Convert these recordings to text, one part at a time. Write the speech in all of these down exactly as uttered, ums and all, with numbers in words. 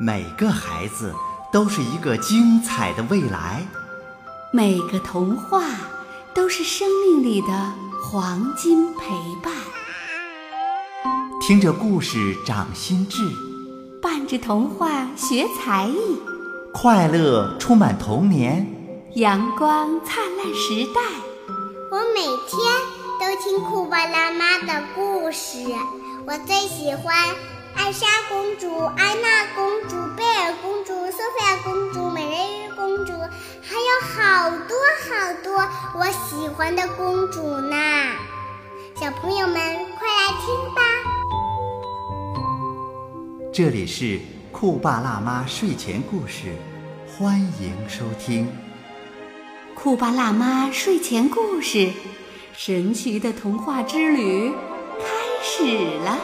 每个孩子都是一个精彩的未来， 每个童话都是生命里的黄金陪伴。 听着故事长心智， 伴着童话学才艺， 快乐充满童年， 阳光灿烂时代。 我每天都听酷爸辣妈的故事，我最喜欢艾莎公主、安娜公主、贝尔公主、索菲亚公主、美人鱼公主，还有好多好多我喜欢的公主呢。小朋友们快来听吧。 这里是酷爸辣妈睡前故事，欢迎收听。 酷爸辣妈睡前故事，神奇的童话之旅开始了。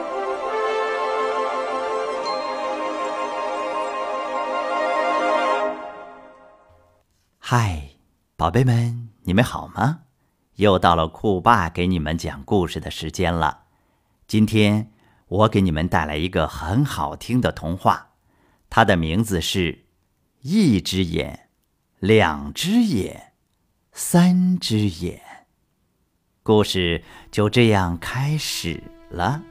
嗨，宝贝们，你们好吗？又到了酷爸给你们讲故事的时间了。今天我给你们带来一个很好听的童话，它的名字是一只眼、两只眼、三只眼。故事就这样开始了。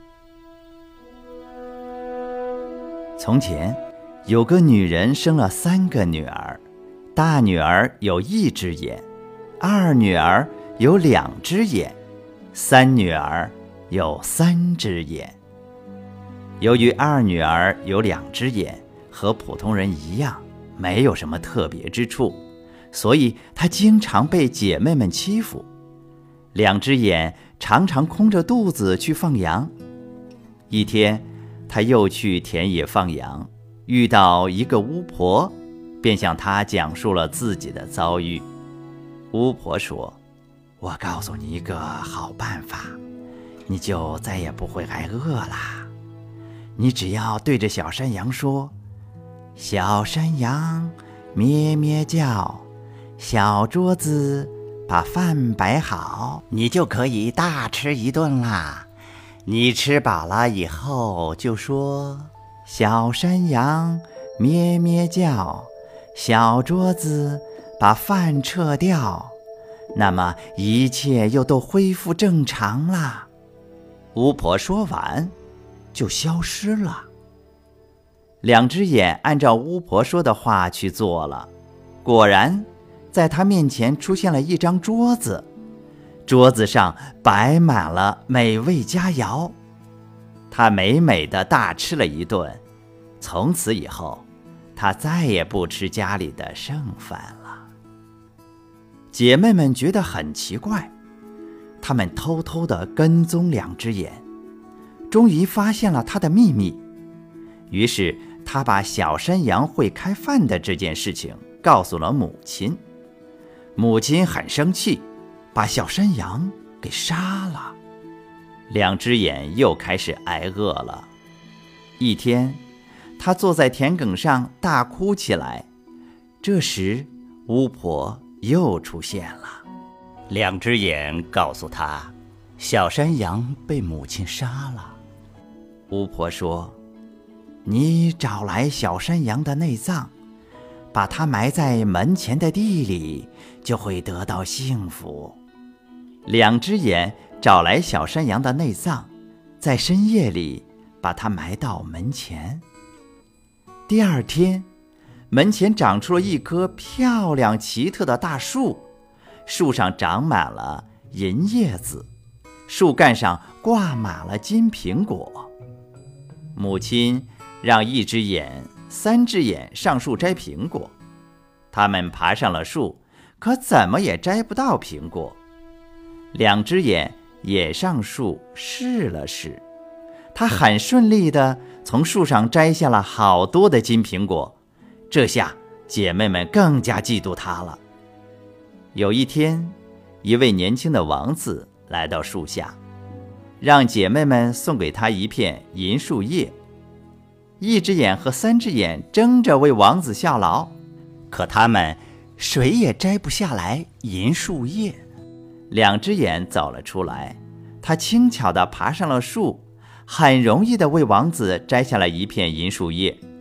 从前有个女人生了三个女儿，大女儿有一只眼，二女儿有两只眼，三女儿有三只眼。由于二女儿有两只眼，和普通人一样，没有什么特别之处，所以她经常被姐妹们欺负。两只眼常常空着肚子去放羊。一天，她又去田野放羊，遇到一个巫婆，便向她讲述了自己的遭遇。巫婆说：“我告诉你一个好办法，你就再也不会挨饿啦。你只要对着小山羊说，小山羊咩咩叫，小桌子把饭摆好，你就可以大吃一顿啦。你吃饱了以后就说，小山羊咩咩叫，小桌子把饭撤掉，那么一切又都恢复正常啦。”巫婆说完就消失了。两只眼按照巫婆说的话去做了，果然在她面前出现了一张桌子，桌子上摆满了美味佳肴。她美美的大吃了一顿，从此以后她再也不吃家里的剩饭了。姐妹们觉得很奇怪，她们偷偷地跟踪两只眼，终于发现了她的秘密。于是她把小山羊会开饭的这件事情告诉了母亲。母亲很生气，把小山羊给杀了。两只眼又开始挨饿了。一天，她坐在田埂上大哭起来。这时巫婆又出现了。两只眼告诉她，小山羊被母亲杀了。巫婆说：“你找来小山羊的内脏，把它埋在门前的地里，就会得到幸福。”两只眼找来小山羊的内脏，在深夜里把它埋到门前。第二天，门前长出了一棵漂亮奇特的大树，树上长满了银叶子，树干上挂满了金苹果。母亲让一只眼、三只眼上树摘苹果，他们爬上了树，可怎么也摘不到苹果。两只眼也上树试了试，他很顺利地从树上摘下了好多的金苹果，这下姐妹们更加嫉妒他了。有一天，一位年轻的王子来到树下，让姐妹们送给他一片银树叶。一只眼和三只眼争着为王子效劳，可他们谁也摘不下来银树叶。两只眼走了出来，他轻巧地爬上了树，很容易地为王子摘下了一片银树叶。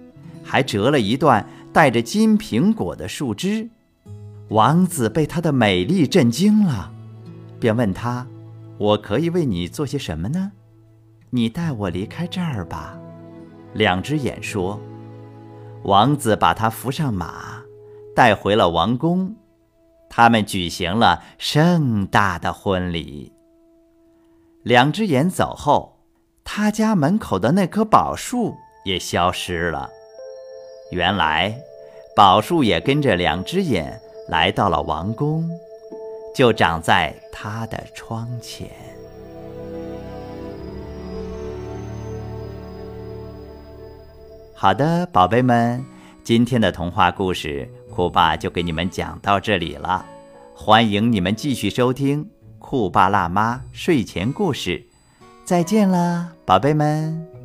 还折了一段带着金苹果的树枝。王子被她的美丽震惊了，便问她：我可以为你做些什么呢？你带我离开这儿吧。两只眼说。王子把她扶上马，带回了王宫。他们举行了盛大的婚礼。两只眼走后，他家门口的那棵宝树也消失了。原来宝树也跟着两只眼来到了王宫，就长在他的窗前。好的，宝贝们，今天的童话故事酷爸就给你们讲到这里了，欢迎你们继续收听酷爸辣妈睡前故事。再见了，宝贝们。